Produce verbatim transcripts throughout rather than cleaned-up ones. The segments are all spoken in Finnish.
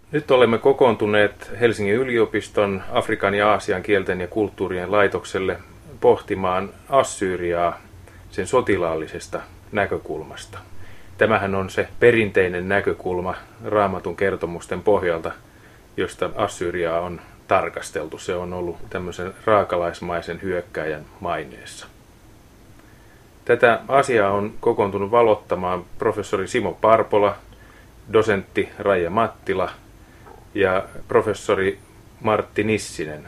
Nyt olemme kokoontuneet Helsingin yliopiston Afrikan ja Aasian kielten ja kulttuurien laitokselle pohtimaan Assyriaa sen sotilaallisesta näkökulmasta. Tämähän on se perinteinen näkökulma Raamatun kertomusten pohjalta, josta Assyriaa on tarkasteltu. Se on ollut tämmöisen raakalaismaisen hyökkääjän maineessa. Tätä asiaa on kokoontunut valottamaan professori Simo Parpola, dosentti Raija Mattila ja professori Martti Nissinen.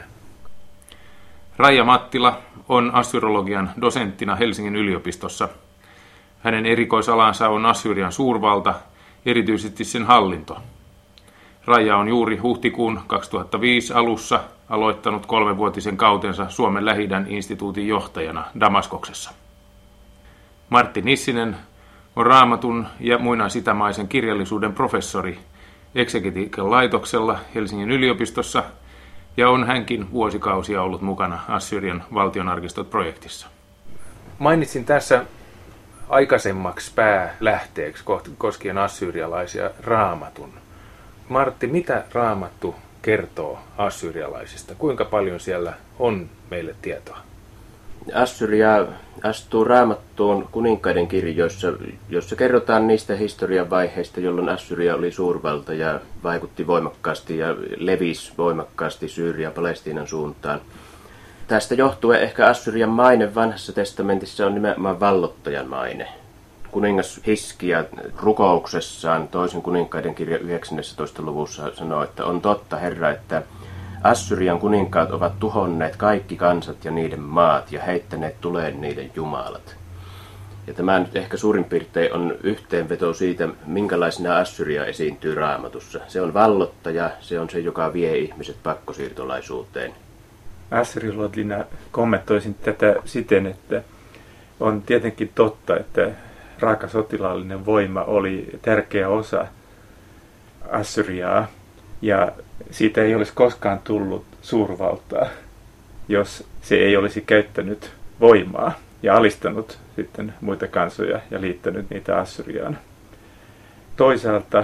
Raija Mattila on assyrologian dosenttina Helsingin yliopistossa. Hänen erikoisalansa on Assyrian suurvalta, erityisesti sen hallinto. Raija on juuri huhtikuun kaksituhattaviisi alussa aloittanut kolmevuotisen kautensa Suomen Lähi-idän instituutin johtajana Damaskoksessa. Martti Nissinen on Raamatun ja muinaisitämaisen kirjallisuuden professori Exegetiikan laitoksella Helsingin yliopistossa ja on hänkin vuosikausia ollut mukana Assyrian valtionarkistot-projektissa. Mainitsin tässä aikaisemmaksi päälähteeksi koskien assyrialaisia Raamatun. Martti, mitä Raamattu kertoo assyrialaisista? Kuinka paljon siellä on meille tietoa? Assyria astuu Raamattuun kuninkaiden kirjoissa, jossa kerrotaan niistä historian vaiheista, jolloin Assyria oli suurvalta ja vaikutti voimakkaasti ja levisi voimakkaasti Syyrian ja Palestiinan suuntaan. Tästä johtuen ehkä Assyrian maine vanhassa testamentissa on nimenomaan vallottajan maine. Kuningas Hiskia rukouksessaan toisen kuninkaiden kirja yhdeksännentoista luvussa sanoo, että on totta, Herra, että Assyrian kuninkaat ovat tuhonneet kaikki kansat ja niiden maat ja heittäneet tuleen niiden jumalat. Ja tämä nyt ehkä suurin piirtein on yhteenveto siitä, minkälaisena Assyria esiintyy Raamatussa. Se on vallottaja, se on se, joka vie ihmiset pakkosiirtolaisuuteen. Assyriologina kommentoisin tätä siten, että on tietenkin totta, että raaka sotilaallinen voima oli tärkeä osa Assyriaa, ja siitä ei olisi koskaan tullut suurvaltaa, jos se ei olisi käyttänyt voimaa ja alistanut sitten muita kansoja ja liittänyt niitä Assyriaan. Toisaalta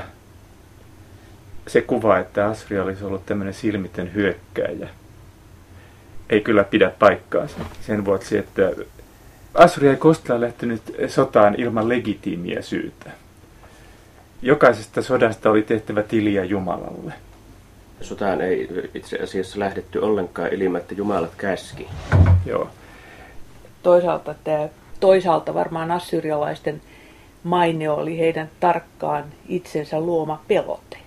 se kuva, että Assyria olisi ollut tämmöinen silmitön hyökkääjä, ei kyllä pidä paikkaansa. Sen vuoksi, että Assyria ei koskaan lähtenyt sotaan ilman legitiimiä syytä. Jokaisesta sodasta oli tehtävä tiliä Jumalalle. Sotaan ei itse asiassa lähdetty ollenkaan ilman, että Jumalat käski. Joo. Toisaalta, tämä, toisaalta varmaan assyrialaisten maine oli heidän tarkkaan itsensä luoma pelote.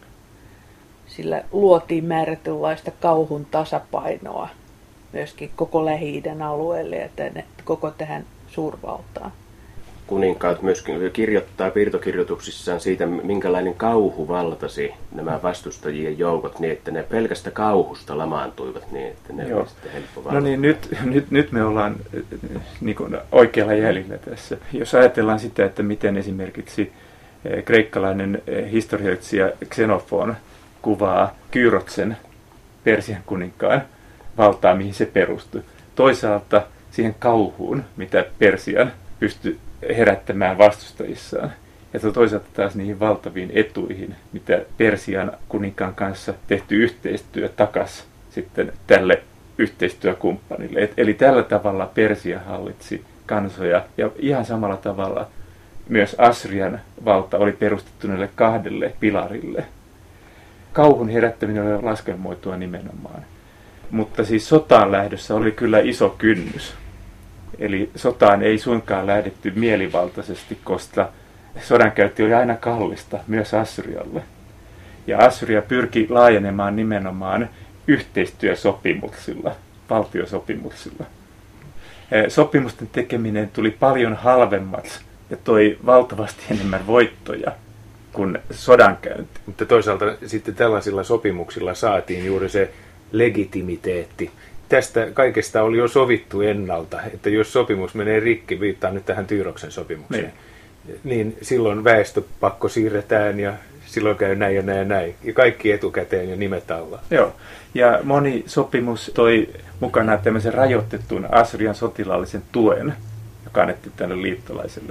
Sillä luotiin määrätynlaista kauhun tasapainoa myöskin koko Lähi-idän alueelle ja tänne, koko tähän suurvaltaan. Kuninkaat myöskin kirjoittaa piirtokirjoituksissaan siitä, minkälainen kauhu valtasi nämä vastustajien joukot, niin että ne pelkästä kauhusta lamaantuivat niin, että ne oli sitten helppo valtaa. No niin, nyt, nyt, nyt me ollaan niin kuin oikealla jäljellä tässä. Jos ajatellaan sitä, että miten esimerkiksi kreikkalainen historioitsija Xenofon kuvaa Kyrotsen, Persian kuninkaan valtaa, mihin se perustui. Toisaalta siihen kauhuun, mitä Persian pystyi herättämään vastustajissaan. Ja toisaalta taas niihin valtaviin etuihin, mitä Persian kuninkaan kanssa tehty yhteistyö takas sitten tälle yhteistyökumppanille. Eli tällä tavalla Persia hallitsi kansoja ja ihan samalla tavalla myös Assyrian valta oli perustettu näille kahdelle pilarille. Kauhun herättäminen oli laskelmoitua nimenomaan. Mutta siis sotaan lähdössä oli kyllä iso kynnys. Eli sotaan ei suinkaan lähdetty mielivaltaisesti, koska sodankäynti oli aina kallista myös Assyrialle. Ja Assyria pyrki laajenemaan nimenomaan yhteistyösopimuksilla, valtiosopimuksilla. Sopimusten tekeminen tuli paljon halvemmaksi ja toi valtavasti enemmän voittoja kuin sodankäynti. Mutta toisaalta sitten tällaisilla sopimuksilla saatiin juuri se legitimiteetti. Tästä kaikesta oli jo sovittu ennalta, että jos sopimus menee rikki, viittaan nyt tähän Tyyroksen sopimukseen, niin, niin silloin väestöpakko siirretään ja silloin käy näin ja näin ja näin. Ja kaikki etukäteen ja nimet alla. Joo, ja moni sopimus toi mukana tämmöisen rajoitetun Assyrian sotilaallisen tuen, joka annettiin tälle liittolaiselle.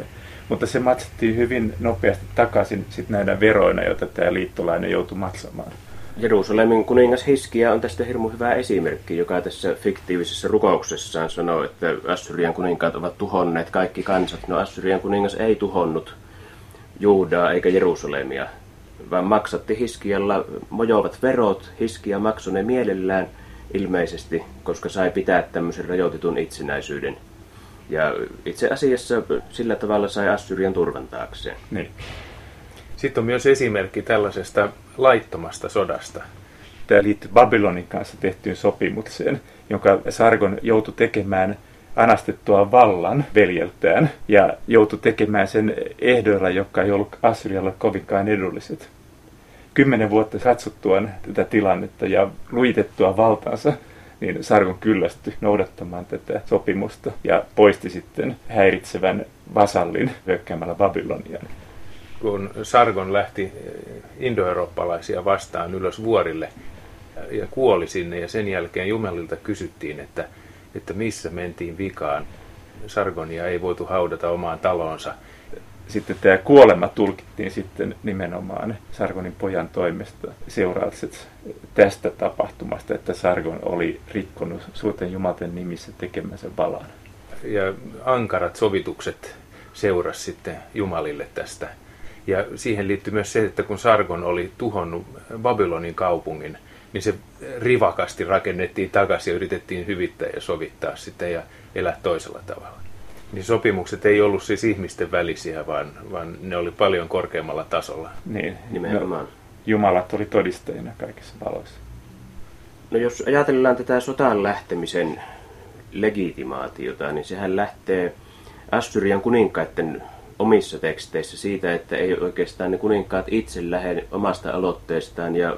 Mutta se maksattiin hyvin nopeasti takaisin sit näinä veroina, joita tämä liittolainen joutui maksamaan. Jerusalemin kuningas Hiskia on tästä hirmu hyvä esimerkki, joka tässä fiktiivisessä rukouksessaan sanoo, että Assyrian kuninkaat ovat tuhonneet kaikki kansat. No Assyrian kuningas ei tuhonnut Juudaa eikä Jerusalemia, vaan maksatti Hiskialla mojovat verot. Hiskia maksoi ne mielellään ilmeisesti, koska sai pitää tämmöisen rajoitetun itsenäisyyden. Ja itse asiassa sillä tavalla sai Assyrian turvan taakseen. Niin. Sitten on myös esimerkki tällaisesta laittomasta sodasta. Tämä liittyy Babylonin kanssa tehtyyn sopimukseen, jonka Sargon joutui tekemään anastettua vallan veljeltään ja joutui tekemään sen ehdoilla, jotka ei ollut Assyrialle kovinkaan edulliset. Kymmenen vuotta katsottuaan tätä tilannetta ja luitettua valtaansa, niin Sargon kyllästyi noudattamaan tätä sopimusta ja poisti sitten häiritsevän vasallin hyökkäämällä Babyloniaan. Kun Sargon lähti indoeurooppalaisia vastaan ylös vuorille ja kuoli sinne, ja sen jälkeen Jumalilta kysyttiin, että, että missä mentiin vikaan. Sargonia ei voitu haudata omaan taloonsa. Sitten tämä kuolema tulkittiin sitten nimenomaan Sargonin pojan toimesta seuraukset tästä tapahtumasta, että Sargon oli rikkonut suurten jumalten nimissä tekemänsä valan. Ja ankarat sovitukset seurasi sitten Jumalille tästä. Ja siihen liittyy myös se, että kun Sargon oli tuhonnut Babylonin kaupungin, niin se rivakasti rakennettiin takaisin ja yritettiin hyvittää ja sovittaa sitten ja elää toisella tavalla. Niin sopimukset ei ollut siis ihmisten välisiä, vaan, vaan ne oli paljon korkeammalla tasolla. Niin, nimenomaan. No, Jumalat oli todistajina kaikissa valoissa. No jos ajatellaan tätä sotaan lähtemisen legitimaatiota, niin sehän lähtee Assyrian kuninkaiden omissa teksteissä siitä, että ei oikeastaan ne kuninkaat itse lähde omasta aloitteestaan ja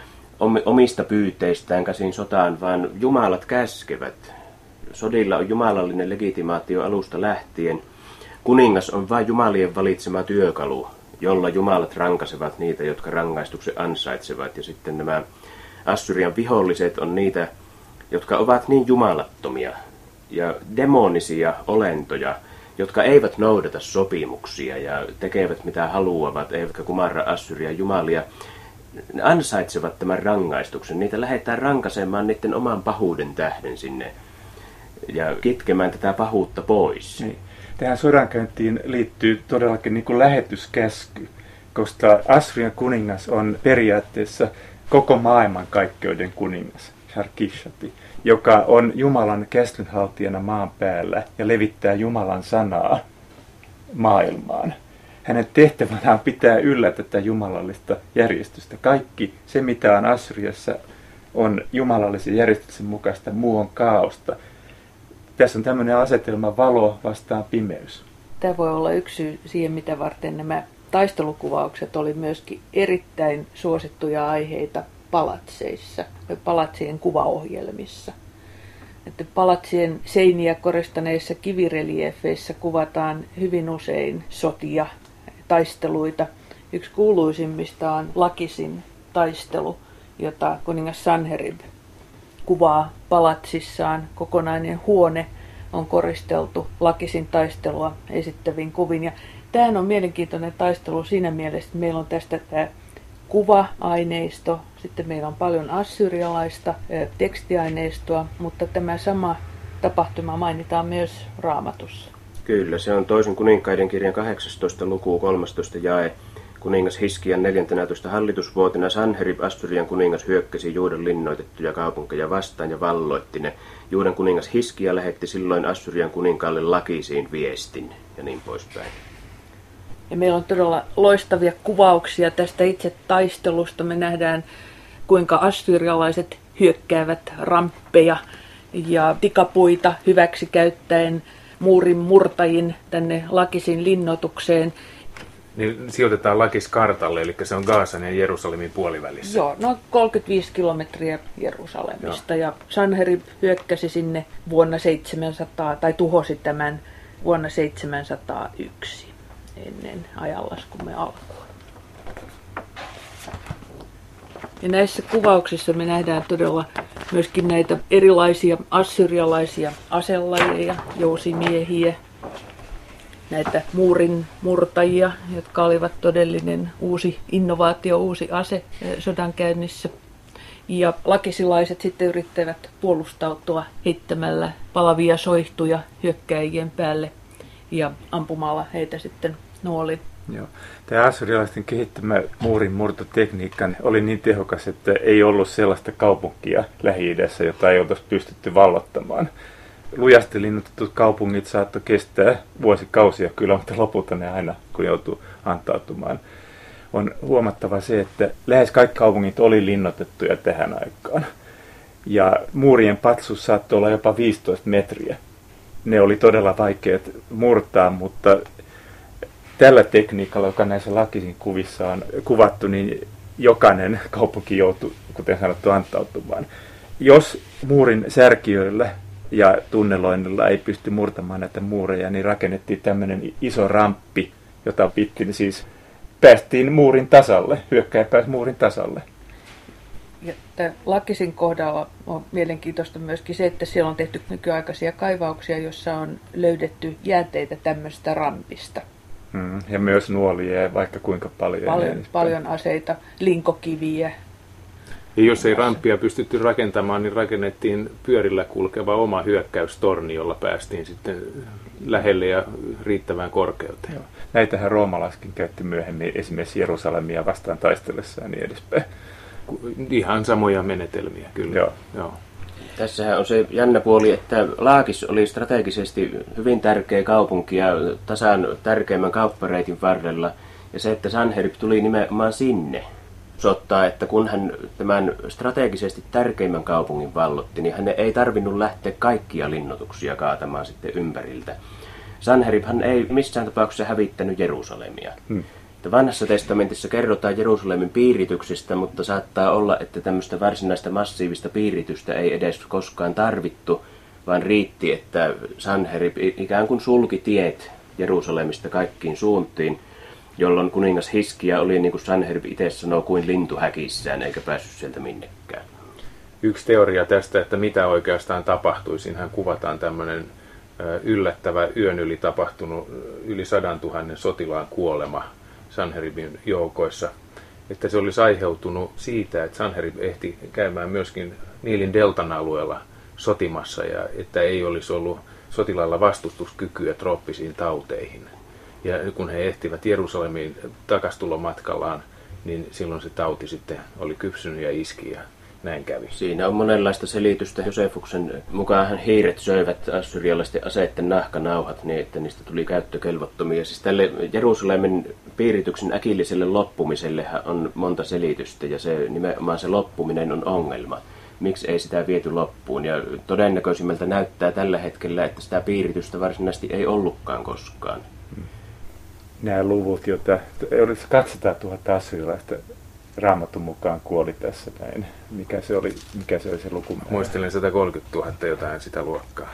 omista pyyteistään käsin sotaan, vaan jumalat käskevät. Sodilla on jumalallinen legitimaatio alusta lähtien. Kuningas on vain jumalien valitsema työkalu, jolla jumalat rankasevat niitä, jotka rangaistuksen ansaitsevat. Ja sitten nämä Assyrian viholliset on niitä, jotka ovat niin jumalattomia ja demonisia olentoja, jotka eivät noudata sopimuksia ja tekevät mitä haluavat, eivätkä kumarra Assyrian jumalia. Ne ansaitsevat tämän rangaistuksen. Niitä lähdetään rankasemaan niiden oman pahuuden tähden sinne ja kitkemään tätä pahuutta pois. Niin. Tähän sodankäyntiin liittyy todellakin niin kuin lähetyskäsky, koska Assyrian kuningas on periaatteessa koko maailman kaikkeuden kuningas, Sharkishati, joka on Jumalan käskynhaltijana maan päällä ja levittää Jumalan sanaa maailmaan. Hänen tehtävänä on pitää yllä tätä jumalallista järjestystä. Kaikki se, mitä on Assyriassa, on jumalallisen järjestyksen mukaista, muu on kaaosta. Tässä on tämmöinen asetelma valo vastaan pimeys. Tämä voi olla yksi syy siihen, mitä varten nämä taistelukuvaukset oli myöskin erittäin suosittuja aiheita palatseissa ja palatsien kuvaohjelmissa. Että palatsien seiniä koristaneissa kivireliefeissä kuvataan hyvin usein sotia, taisteluita. Yksi kuuluisimmista on Lakisin taistelu, jota kuningas Sanherib kuvaa palatsissaan. Kokonainen huone on koristeltu Lakisin taistelua esittäviin kuvin. Ja tämä on mielenkiintoinen taistelu siinä mielessä, että meillä on tästä tämä kuva-aineisto, sitten meillä on paljon assyrialaista tekstiaineistoa, mutta tämä sama tapahtuma mainitaan myös Raamatussa. Kyllä, se on toisen kuninkaiden kirjan kahdeksastoista luku kolmastoista jae. Kuningas Hiskian neljäntenätoista hallitusvuotena Sanherib, Assyrian kuningas, hyökkäsi Juudan linnoitettuja kaupunkeja vastaan ja valloitti ne. Juudan kuningas Hiskia lähetti silloin Assyrian kuninkaalle Lakisiin viestin ja niin poispäin. Ja meillä on todella loistavia kuvauksia tästä itse taistelusta. Me nähdään, kuinka assyrialaiset hyökkäävät ramppeja ja tikapuita hyväksi käyttäen muurin murtajin tänne Lakisin linnoitukseen. Niin sijoitetaan Lakis kartalle, eli se on Gaasan ja Jerusalemin puolivälissä. Joo, noin kolmekymmentäviisi kilometriä Jerusalemista. Joo. Ja Sanherib hyökkäsi sinne vuonna seitsemänsataa, tai tuhosi tämän vuonna seitsemänsataayksi ennen ajanlaskumme alkua. Ja näissä kuvauksissa me nähdään todella myöskin näitä erilaisia assyrialaisia aselajeja, jousimiehiä. näitä muurin murtajia, jotka olivat todellinen uusi innovaatio, uusi ase sodankäynnissä. Ja lakisilaiset sitten yrittävät puolustautua heittämällä palavia soihtuja hyökkäjien päälle ja ampumalla heitä sitten nuoliin. Joo. Tämä assyrialaisten kehittämä muurin murtotekniikka oli niin tehokas, että ei ollut sellaista kaupunkia Lähi-idässä, jota ei oltaisi pystytty vallottamaan. Lujasti linnoitetut kaupungit saattoi kestää vuosikausia kyllä, mutta lopulta ne aina, kun joutuu antautumaan. On huomattava se, että lähes kaikki kaupungit oli linnoitettuja tähän aikaan. Ja muurien patsus saattoi olla jopa viisitoista metriä. Ne oli todella vaikeat murtaa, mutta tällä tekniikalla, joka näissä Lakisin kuvissa on kuvattu, niin jokainen kaupunki joutui, kuten sanottu, antautumaan. Jos muurin särkijöillä ja tunneloinnilla ei pysty murtamaan näitä muureja, niin rakennettiin tämmöinen iso ramppi, jota pitkin siis päästiin muurin tasalle, hyökkäjä pääsi muurin tasalle. Ja Lakisin kohdalla on mielenkiintoista myöskin se, että siellä on tehty nykyaikaisia kaivauksia, joissa on löydetty jäänteitä tämmöistä rampista. Mm, ja myös nuolia ja vaikka kuinka paljon. Paljon, paljon aseita, linkokiviä. Ja jos ei ramppia pystytty rakentamaan, niin rakennettiin pyörillä kulkeva oma hyökkäystorni, jolla päästiin sitten lähelle ja riittävään korkeuteen. Joo. Näitähän roomalaiskin käytti myöhemmin esimerkiksi Jerusalemia vastaan taistellessaan ja niin edespäin. Ihan samoja menetelmiä, kyllä. Joo. Joo. Tässähän on se jännä puoli, että Laakis oli strategisesti hyvin tärkeä kaupunki ja tasan tärkeimmän kauppareitin varrella. Ja se, että Sanherib tuli nimenomaan sinne, osoittaa, että kun hän tämän strategisesti tärkeimmän kaupungin vallotti, niin hän ei tarvinnut lähteä kaikkia linnoituksia kaatamaan sitten ympäriltä. Sanheribhan ei missään tapauksessa hävittänyt Jerusalemia. Hmm. Vanhassa testamentissa kerrotaan Jerusalemin piirityksistä, mutta saattaa olla, että tämmöistä varsinaista massiivista piiritystä ei edes koskaan tarvittu, vaan riitti, että Sanherib ikään kuin sulki tiet Jerusalemista kaikkiin suuntiin, jolloin kuningas Hiskia oli, niin kuin Sanherib itse sanoo, kuin lintu häkissään, eikä päässyt sieltä minnekään. Yksi teoria tästä, että mitä oikeastaan tapahtui, siinähän kuvataan tämmöinen yllättävä yön yli tapahtunut yli sadan tuhannen sotilaan kuolema Sanheribin joukoissa, että se olisi aiheutunut siitä, että Sanherib ehti käymään myöskin Niilin deltan alueella sotimassa ja että ei olisi ollut sotilailla vastustuskykyä trooppisiin tauteihin. Ja kun he ehtivät Jerusalemiin takastulomatkallaan, niin silloin se tauti sitten oli kypsynyt ja iski ja näin kävi. Siinä on monenlaista selitystä. Josefuksen mukaan hiiret söivät assyrialaisten aseiden nahkanauhat niin, että niistä tuli käyttökelvottomia. Siis tälle Jerusalemin piirityksen äkilliselle loppumiselle on monta selitystä ja se nimenomaan se loppuminen on ongelma. Miksi ei sitä viety loppuun? Ja todennäköisimmältä näyttää tällä hetkellä, että sitä piiritystä varsinaisesti ei ollutkaan koskaan. Nämä luvut, joita olisi kaksisataatuhatta assyrialaista Raamatun mukaan kuoli tässä näin. Mikä se oli, mikä se, oli se luku? Muistelen sata kolmekymmentätuhatta jotain sitä luokkaa.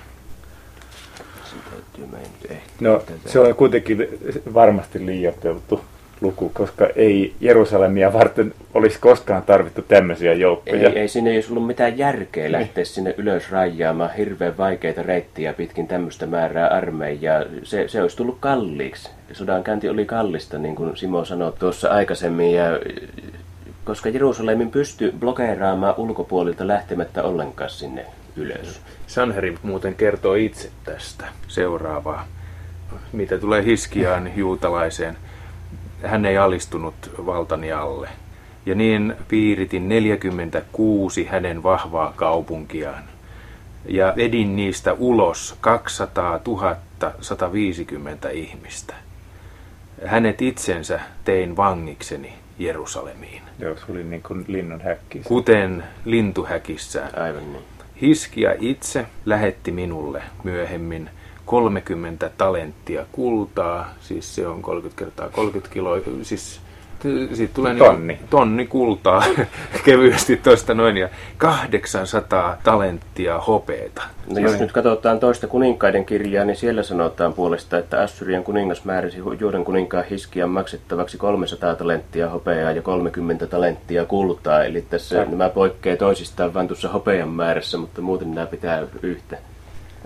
No, se on kuitenkin varmasti liioiteltu luku, koska ei Jerusalemia varten olisi koskaan tarvittu tämmöisiä joukkoja. Ei, ei siinä ei olisi ollut mitään järkeä lähteä sinne ylös rajaamaan hirveän vaikeita reittiä pitkin tämmöistä määrää armeijaa. Se, se olisi tullut kalliiksi. Sodankäynti oli kallista, niin kuin Simo sanoi tuossa aikaisemmin. Ja koska Jerusalemin pystyi blokeeraamaan ulkopuolilta lähtemättä ollenkaan sinne ylös. Sanherib muuten kertoo itse tästä seuraavaa. Mitä tulee Hiskiaan juutalaiseen, hän ei alistunut valtani alle. Ja niin piiritin neljäkymmentäkuusi hänen vahvaa kaupunkiaan. Ja vedin niistä ulos kaksisataatuhatta sata viisikymmentä ihmistä. Hänet itsensä tein vangikseni Jerusalemiin. Joo, se oli niin kuin linnun häkki. Kuten lintuhäkissään. Aivan niin. Hiskia itse lähetti minulle myöhemmin kolmekymmentä talenttia kultaa, siis se on kolmekymmentä kertaa kolmekymmentä kiloa, siis siitä tulee tonni, niin, tonni kultaa kevyesti tuosta noin, ja kahdeksansataa talenttia hopeeta. No jos nyt katsotaan toista kuninkaiden kirjaa, niin siellä sanotaan puolesta, että Assyrian kuningas määräsi Juudan kuninkaan Hiskian maksettavaksi kolmesataa talenttia hopeaa ja kolmekymmentä talenttia kultaa. Eli tässä ja nämä poikkeaa toisistaan vain tuossa hopean määrässä, mutta muuten nämä pitää yhtä.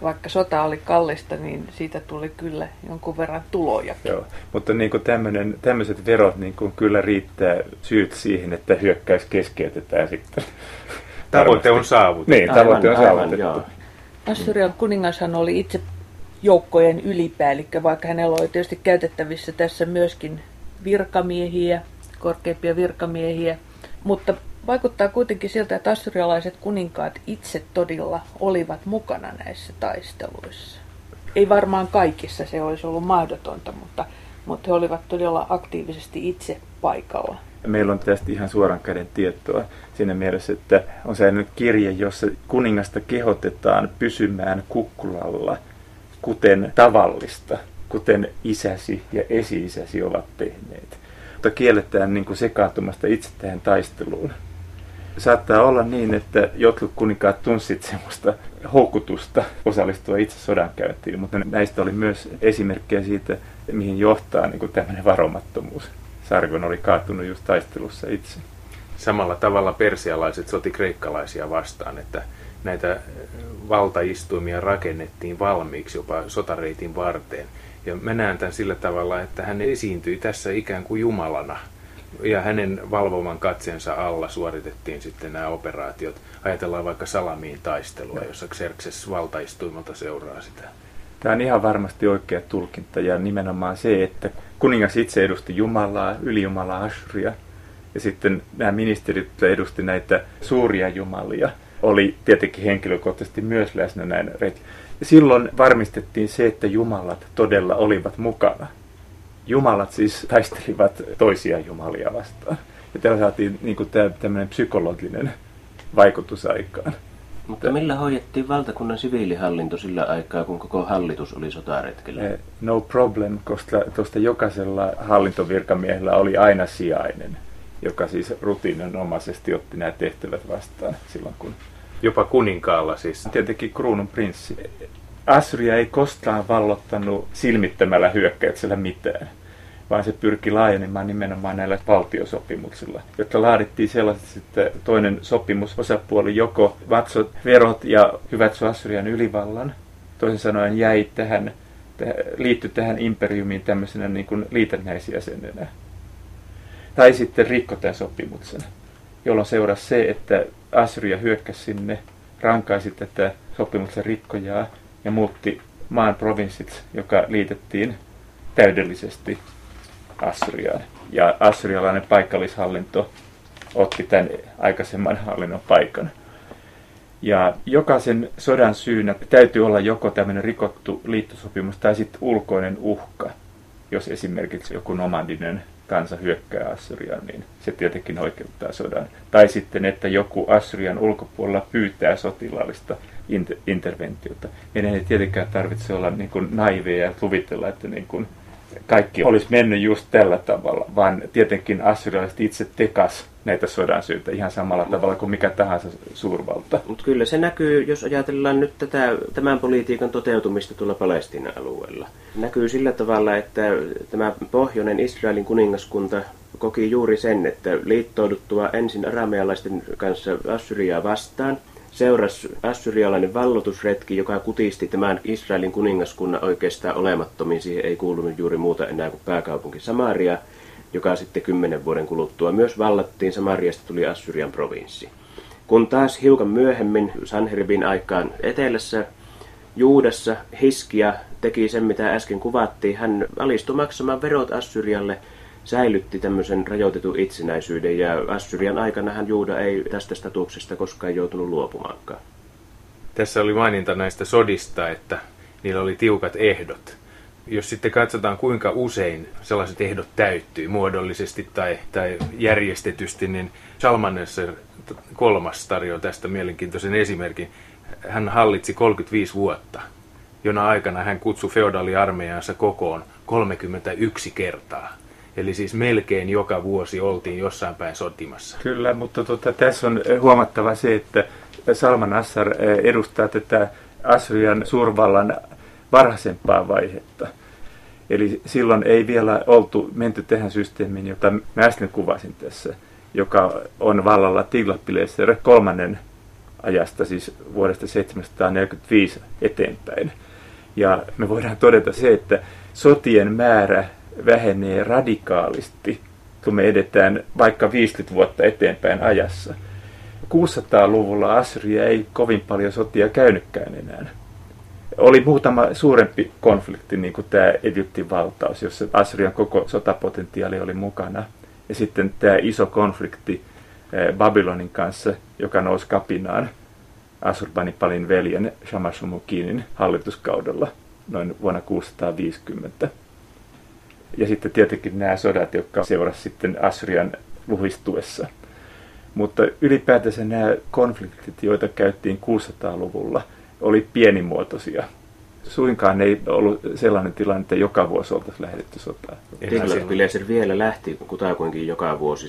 Vaikka sota oli kallista, niin siitä tuli kyllä jonkun verran tuloja. Joo, mutta niin tämmöiset verot niin kuin kyllä riittää syyt siihen, että hyökkäys keskeytetään sitten. Tavoite on saavutettu. Niin, tavoite on saavutettu. Assyrian kuningashan oli itse joukkojen ylipäällikkö, vaikka hänellä oli tietysti käytettävissä tässä myöskin virkamiehiä, korkeimpia virkamiehiä, mutta vaikuttaa kuitenkin siltä, että assyrialaiset kuninkaat itse todella olivat mukana näissä taisteluissa. Ei varmaan kaikissa se olisi ollut mahdotonta, mutta, mutta he olivat todella aktiivisesti itse paikalla. Meillä on tästä ihan suoran käden tietoa siinä mielessä, että on säilynyt kirje, jossa kuningasta kehotetaan pysymään kukkulalla, kuten tavallista, kuten isäsi ja esi-isäsi ovat tehneet. Mutta kielletään niin kuin sekaantumasta itse tähän taisteluun. Saattaa olla niin, että jotkut kuninkaat tunsivat semmoista houkutusta osallistua itse sodankäyntiin, mutta näistä oli myös esimerkkejä siitä, mihin johtaa niin kuin tämmöinen varomattomuus. Sargon oli kaatunut just taistelussa itse. Samalla tavalla persialaiset soti kreikkalaisia vastaan, että näitä valtaistuimia rakennettiin valmiiksi jopa sotareitin varteen. Ja mä näen tämän sillä tavalla, että hän esiintyi tässä ikään kuin jumalana. Ja hänen valvovan katseensa alla suoritettiin sitten nämä operaatiot. Ajatellaan vaikka Salamiin taistelua, jossa Xerxes valtaistuimelta seuraa sitä. Tämä on ihan varmasti oikea tulkinta ja nimenomaan se, että kuningas itse edusti Jumalaa, ylijumalaa Assyria. Ja sitten nämä ministerit edusti näitä suuria jumalia. Oli tietenkin henkilökohtaisesti myös läsnä näin. Silloin varmistettiin se, että jumalat todella olivat mukana. Jumalat siis taistelivat toisia jumalia vastaan. Ja täällä saatiin niin kuin tämmöinen psykologinen vaikutus aikaan. Mutta millä hoidettiin valtakunnan siviilihallinto sillä aikaa, kun koko hallitus oli sotaretkellä? No problem, koska tuosta jokaisella hallintovirkamiehellä oli aina sijainen, joka siis rutiininomaisesti otti nämä tehtävät vastaan silloin, kun... Jopa kuninkaalla siis. Tietenkin kruunun prinssi. Assyria ei koskaan vallottanut silmittämällä hyökkäyksellä mitään, vaan se pyrki laajenemaan nimenomaan näillä valtiosopimuksilla, jotka laadittiin sellaiset, että toinen sopimusosapuoli joko maksoi verot ja hyväksyi Assyrian ylivallan, toisin sanoen jäi tähän, liittyi tähän imperiumiin tämmöisenä niin kuin liitännäisjäsenenä, tai sitten rikkoi tämän sopimuksen, jolloin seurasi se, että Assyria hyökkäsi sinne, rankaisi tätä sopimuksen rikkojaa ja muutti maan provinssit, joka liitettiin täydellisesti Assyriaan. Ja assyrialainen paikallishallinto otti tämän aikaisemman hallinnon paikan. Ja jokaisen sodan syynä täytyy olla joko tämmöinen rikottu liittosopimus tai sitten ulkoinen uhka. Jos esimerkiksi joku nomandinen kansa hyökkää Assyriaan, niin se tietenkin oikeuttaa sodan. Tai sitten, että joku Assyrian ulkopuolella pyytää sotilaallista inter- interventiota. Meidän ei tietenkään tarvitse olla niin kuin naiveja ja luvitella, että niin kuin kaikki olisi mennyt just tällä tavalla, vaan tietenkin assyrialaiset itse tekas näitä sodan syitä ihan samalla tavalla kuin mikä tahansa suurvalta. Mutta kyllä se näkyy, jos ajatellaan nyt tätä, tämän politiikan toteutumista tuolla Palestiinan alueella. Näkyy sillä tavalla, että tämä pohjoinen Israelin kuningaskunta koki juuri sen, että liittouduttua ensin aramealaisten kanssa Assyriaa vastaan, seurasi assyrialainen vallotusretki, joka kutisti tämän Israelin kuningaskunnan oikeastaan olemattomiin. Siihen ei kuulunut juuri muuta enää kuin pääkaupunki Samaria, joka sitten kymmenen vuoden kuluttua myös vallattiin. Samariasta tuli Assyrian provinssi. Kun taas hiukan myöhemmin Sanheribin aikaan etelässä Juudassa Hiskia teki sen, mitä äsken kuvattiin. Hän alistui maksamaan verot Assyrialle, säilytti tämmöisen rajoitetun itsenäisyyden ja Assyrian aikanahan Juuda ei tästä statuksesta koskaan joutunut luopumaankaan. Tässä oli maininta näistä sodista, että niillä oli tiukat ehdot. Jos sitten katsotaan, kuinka usein sellaiset ehdot täyttyy muodollisesti tai, tai järjestetysti, niin Shalmaneser kolmas tarjoaa tästä mielenkiintoisen esimerkin. Hän hallitsi kolmekymmentäviisi vuotta, jona aikana hän kutsui feodaaliarmeijansa kokoon kolmekymmentäyksi kertaa. Eli siis melkein joka vuosi oltiin jossain päin sotimassa. Kyllä, mutta tota, tässä on huomattava se, että Salmanassar edustaa tätä Assyrian suurvallan varhaisempaa vaihetta. Eli silloin ei vielä oltu menty tähän systeemiin, jota mä äsken kuvasin tässä, joka on vallalla Tiglath-Pileser kolmannen ajasta, siis vuodesta seitsemänsataaneljäkymmentäviisi eteenpäin. Ja me voidaan todeta se, että sotien määrä vähenee radikaalisti, kun me edetään vaikka viisikymmentä vuotta eteenpäin ajassa. kuusisataaluvulla Assyria ei kovin paljon sotia käynytkään enää. Oli muutama suurempi konflikti, niin kuin tämä Egyptin valtaus, jossa Assyrian koko sotapotentiaali oli mukana. Ja sitten tämä iso konflikti Babylonin kanssa, joka nousi kapinaan Assurbanipalin veljen Shamash-shumukinin hallituskaudella noin vuonna kuusisataaviisikymmentä. Ja sitten tietenkin nämä sodat, jotka seurasivat sitten Assyrian luhistuessa. Mutta ylipäätänsä nämä konfliktit, joita käyttiin kuusisataaluvulla, oli pienimuotoisia. Suinkaan ei ollut sellainen tilanne, että joka vuosi oltaisiin lähdetty sotaan. Tiglath-Pileser vielä lähti kutakuinkin joka vuosi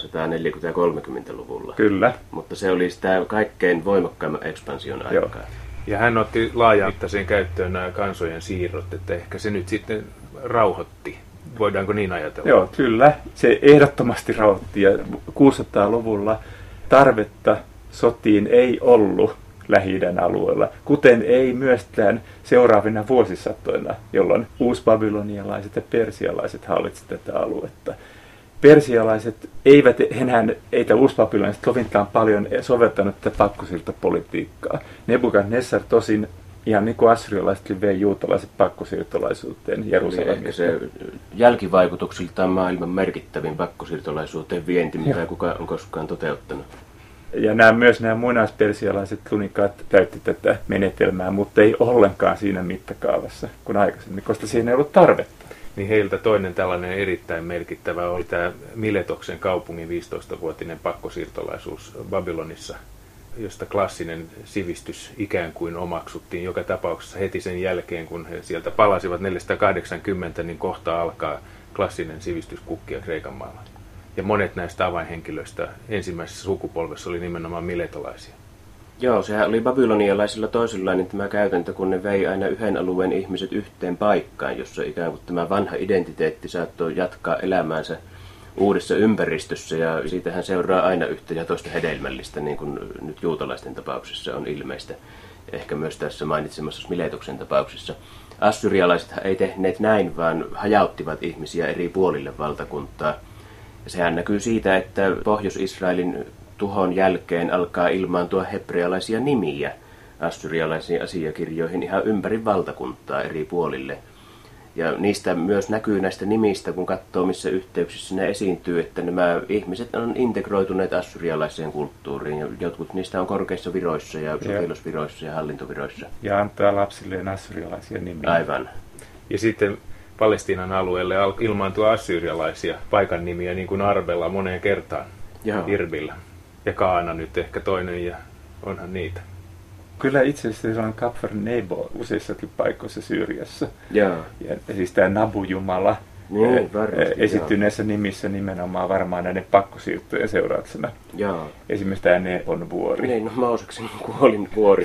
seitsemänsataaneljäkymmentä-kolmekymmentäluvulla. Kyllä. Mutta se oli sitä kaikkein voimakkaimman ekspansion aikaa. Joo. Ja hän otti laajamittaiseen käyttöön nämä kansojen siirrot, että ehkä se nyt sitten rauhoitti. Voidaanko niin ajatella? Joo, kyllä. Se ehdottomasti rauhoitti. Ja kuusisataaluvulla tarvetta sotiin ei ollut Lähi-idän alueella, kuten ei myöskään seuraavina vuosisatoina, jolloin uusbabylonialaiset ja persialaiset hallitsivat tätä aluetta. Persialaiset eivät enää, eitä uusbabylonialaiset kovinkaan paljon soveltanut tätä pakkosiirtopolitiikkaa. Nebukadnessar tosin, ihan niin kuin assyrialaiset, vei juutalaiset pakkosiirtolaisuuteen Jerusalemista. Se jälkivaikutuksiltaan maailman merkittävin pakkosiirtolaisuuteen vienti, mitä kukaan on koskaan toteuttanut. Ja nämä, myös nämä muinaispersialaiset kuninkaat täytti tätä menetelmää, mutta ei ollenkaan siinä mittakaavassa kuin aikaisemmin, koska siinä ei ollut tarvetta. Niin heiltä toinen tällainen erittäin merkittävä oli tämä Miletoksen kaupungin viisitoistavuotinen pakkosiirtolaisuus Babylonissa, josta klassinen sivistys ikään kuin omaksuttiin joka tapauksessa heti sen jälkeen, kun he sieltä palasivat neljäsataakahdeksankymmentä, niin kohta alkaa klassinen sivistys kukkia Kreikan maalla. Ja monet näistä avainhenkilöistä ensimmäisessä sukupolvessa oli nimenomaan miletolaisia. Joo, sehän oli babylonialaisilla toisenlainen tämä käytäntö, kun ne vei aina yhden alueen ihmiset yhteen paikkaan, jossa ikään kuin tämä vanha identiteetti saattoi jatkaa elämäänsä uudessa ympäristössä, ja siitähän seuraa aina yhtä ja toista hedelmällistä, niin kuin nyt juutalaisten tapauksessa on ilmeistä, ehkä myös tässä mainitsemassa Miletoksen tapauksessa. Assyrialaiset ei tehneet näin, vaan hajauttivat ihmisiä eri puolille valtakuntaa. Ja sehän näkyy siitä, että Pohjois-Israelin tuhon jälkeen alkaa ilmaantua hebrealaisia nimiä assyrialaisiin asiakirjoihin ihan ympäri valtakuntaa eri puolille. Ja niistä myös näkyy näistä nimistä, kun katsoo missä yhteyksissä ne esiintyy, että nämä ihmiset on integroituneet assyrialaiseen kulttuuriin. Ja jotkut niistä on korkeissa viroissa ja sotilasviroissa ja hallintoviroissa. Ja antaa lapsilleen assyrialaisia nimiä. Aivan. Ja sitten Palestiinan alueelle ilmaantua assyrialaisia paikan nimiä, niin kuin Arbella moneen kertaan. Joo. Irbillä. Ja Kaana nyt ehkä toinen, ja onhan niitä. Kyllä itse asiassa on Kafar Nebo useissakin paikoissa Syyriassa. Joo. Ja siis tämä Nabu-jumala niin, varmasti, esittyneissä nimissä nimenomaan varmaan näiden pakkosiirtojen seurauksena. Joo. Esimerkiksi tämä Nebon vuori. Niin, no Mooseksen kuolin vuori.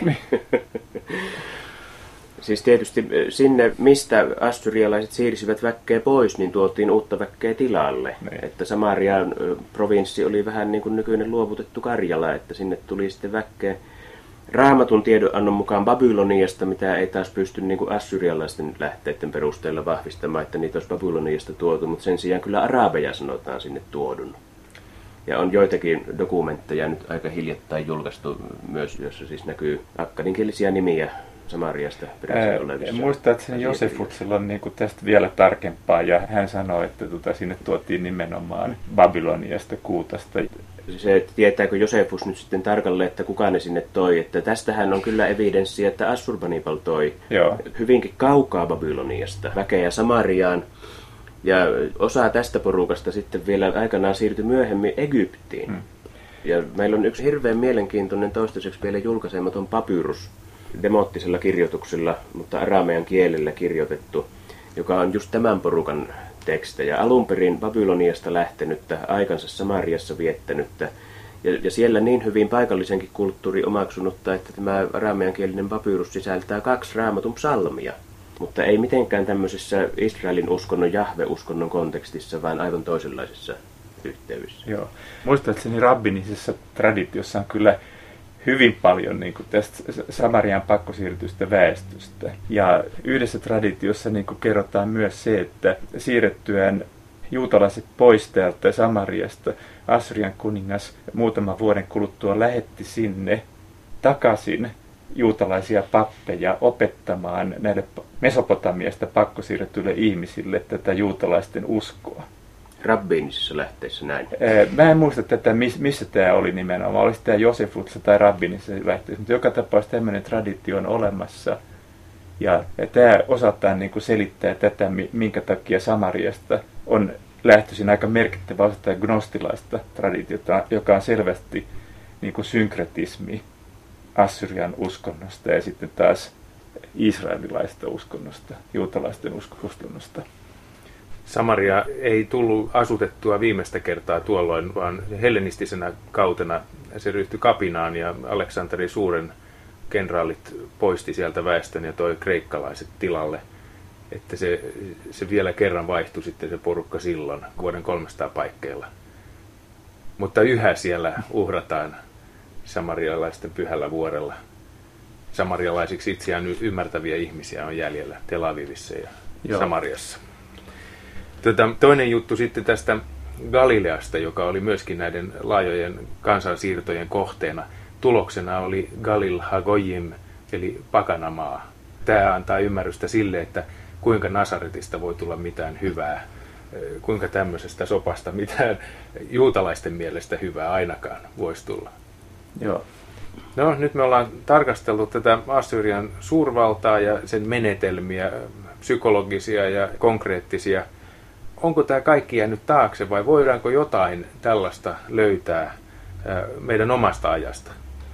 Siis tietysti sinne, mistä assyrialaiset siirsivät väkkeä pois, niin tuotiin uutta väkkeä tilalle. Ne. Että Samarian provinssi oli vähän niin kuin nykyinen luovutettu Karjala, että sinne tuli sitten väkkeä Raamatun tiedonannon mukaan Babyloniasta, mitä ei taas pysty niin kuin assyrialaisten lähteiden perusteella vahvistamaan, että niitä olisi Babyloniasta tuotu, mutta sen sijaan kyllä arabeja sanotaan sinne tuodun. Ja on joitakin dokumentteja nyt aika hiljattain julkaistu myös, jossa siis näkyy akkadinkielisiä nimiä Samariasta peräisin olevissa. Muistaakseni Josefutsella on niinku tästä vielä tarkempaa, ja hän sanoi, että tuota, sinne tuotiin nimenomaan Babyloniasta, Kuutasta. Se, että tietääkö Josefus nyt sitten tarkalleen, että kuka ne sinne toi, että tästähän on kyllä evidenssiä, että Assurbanipal toi Joo. hyvinkin kaukaa Babyloniasta väkeä Samariaan, ja osa tästä porukasta sitten vielä aikanaan siirtyi myöhemmin Egyptiin. Hmm. Ja meillä on yksi hirveän mielenkiintoinen toistaiseksi vielä julkaisematon papyrus, demoottisella kirjoituksella, mutta aramean kielellä kirjoitettu, joka on just tämän porukan tekstejä. Alun perin Babyloniasta lähtenyttä, aikansa Samariassa viettänyttä, ja, ja siellä niin hyvin paikallisenkin kulttuuri omaksunutta, että tämä arameankielinen papyrus sisältää kaksi raamatun psalmia, mutta ei mitenkään tämmöisessä Israelin uskonnon, Jahve-uskonnon kontekstissa, vaan aivan toisenlaisessa yhteydessä. Joo. Muistaakseni rabbinisessa traditiossa on kyllä hyvin paljon niin kuin tästä Samarian pakkosiirrytystä väestöstä. Ja yhdessä traditiossa niin kuin kerrotaan myös se, että siirrettyään juutalaiset pois täältä Samariasta, Assyrian kuningas muutaman vuoden kuluttua lähetti sinne takaisin juutalaisia pappeja opettamaan näille Mesopotamiasta pakkosiirrettyille ihmisille tätä juutalaisten uskoa. Rabbiinisissa lähteissä näin. Mä en muista tätä, missä tämä oli nimenomaan. Olisi tämä Josefutsa tai Rabbiinisissa lähteissä, mutta joka tapauksessa tämmöinen traditio on olemassa. Ja, ja tämä osataan niin kuin selittää tätä, minkä takia Samariasta on lähtöisin aika merkittävä osa tätä gnostilaista traditiota, joka on selvästi niin kuin synkretismi Assyrian uskonnosta ja sitten taas israelilaista uskonnosta, juutalaisten uskonnosta. Samaria ei tullut asutettua viimeistä kertaa tuolloin, vaan hellenistisenä kautena se ryhtyi kapinaan ja Aleksanteri Suuren kenraalit poisti sieltä väestön ja toi kreikkalaiset tilalle. Että se, se vielä kerran vaihtui sitten se porukka silloin vuoden kolmesataa paikkeilla. Mutta yhä siellä uhrataan samarialaisten pyhällä vuorella. Samarialaisiksi itseään ymmärtäviä ihmisiä on jäljellä Tel Avivissa ja Joo. Samariassa. Tuota, toinen juttu sitten tästä Galileasta, joka oli myöskin näiden laajojen kansansiirtojen kohteena. Tuloksena oli Galil Hagoyim, eli pakanamaa. Tämä antaa ymmärrystä sille, että kuinka Nasaretista voi tulla mitään hyvää, kuinka tämmöisestä sopasta mitään juutalaisten mielestä hyvää ainakaan voisi tulla. Joo. No, nyt me ollaan tarkasteltu tätä Assyrian suurvaltaa ja sen menetelmiä, psykologisia ja konkreettisia. Onko tämä kaikki jäänyt taakse vai voidaanko jotain tällaista löytää meidän omasta ajasta?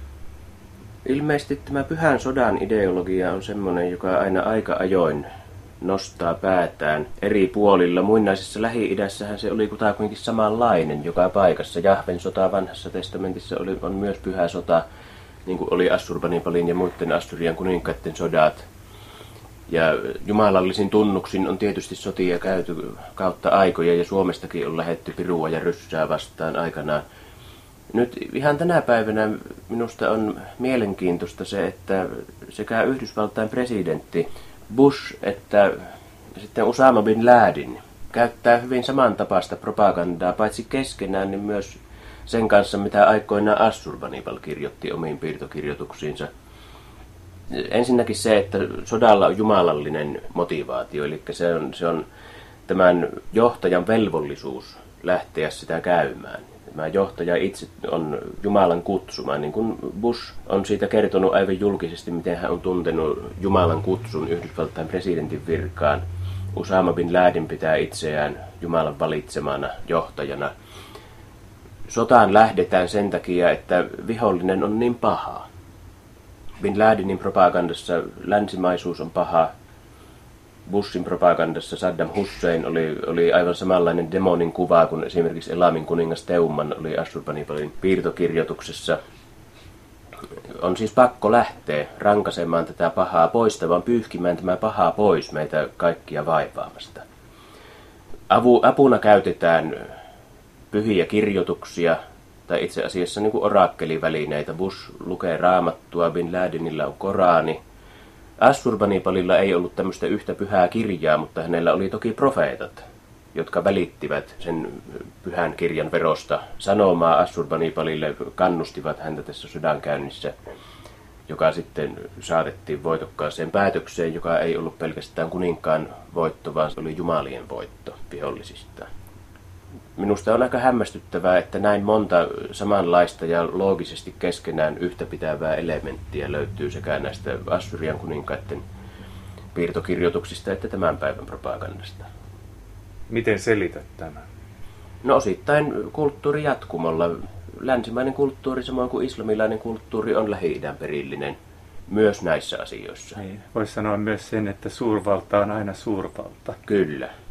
Ilmeisesti tämä pyhän sodan ideologia on semmoinen, joka aina aika ajoin nostaa päätään eri puolilla. Muinaisessa Lähi-idässähän se oli kutakuinkin samanlainen joka paikassa. Jahven sota vanhassa testamentissa oli, on myös pyhä sota, niin kuin oli Assurbanipalin ja muiden Assyrian kuninkaiden sodat. Ja jumalallisin tunnuksin on tietysti sotia käyty kautta aikoja ja Suomestakin on lähdetty pirua ja ryssää vastaan aikanaan. Nyt ihan tänä päivänä minusta on mielenkiintoista se, että sekä Yhdysvaltain presidentti Bush että sitten Osama bin Laden käyttää hyvin samantapaista propagandaa, paitsi keskenään, niin myös sen kanssa, mitä aikoinaan Assurbanipal kirjoitti omiin piirtokirjoituksiinsa. Ensinnäkin se, että sodalla on jumalallinen motivaatio, eli se on, se on tämän johtajan velvollisuus lähteä sitä käymään. Tämä johtaja itse on Jumalan kutsuma, niin kuin Bush on siitä kertonut aivan julkisesti, miten hän on tuntenut Jumalan kutsun Yhdysvaltain presidentin virkaan. Osama bin Laden pitää itseään Jumalan valitsemana johtajana. Sotaan lähdetään sen takia, että vihollinen on niin paha. Bin Ladenin propagandassa länsimaisuus on paha. Bushin propagandassa Saddam Hussein oli, oli aivan samanlainen demonin kuva kuin esimerkiksi Elamin kuningas Teuman oli Assurbanipalin piirtokirjoituksessa. On siis pakko lähteä rankasemaan tätä pahaa pois, vaan pyyhkimään tämä pahaa pois meitä kaikkia vaivaamasta. Avu, apuna käytetään pyhiä kirjoituksia, tai itse asiassa niin kuin orakkelivälineitä. Bush lukee raamattua, Bin Ladenilla on Korani. Assurbanipalilla ei ollut tämmöistä yhtä pyhää kirjaa, mutta hänellä oli toki profeetat, jotka välittivät sen pyhän kirjan verosta sanomaa Assurbanipalille, kannustivat häntä tässä sodankäynnissä, joka sitten saatettiin voitokkaaseen päätökseen, joka ei ollut pelkästään kuninkaan voitto, vaan oli jumalien voitto vihollisistaan. Minusta on aika hämmästyttävää, että näin monta samanlaista ja loogisesti keskenään yhtäpitävää elementtiä löytyy sekä näistä Assyrian kuninkaiden piirtokirjoituksista että tämän päivän propagandasta. Miten selität tämän? No osittain kulttuurijatkumolla. Länsimainen kulttuuri samoin kuin islamilainen kulttuuri on Lähi-idän perillinen myös näissä asioissa. Voisi sanoa myös sen, että suurvalta on aina suurvalta. Kyllä.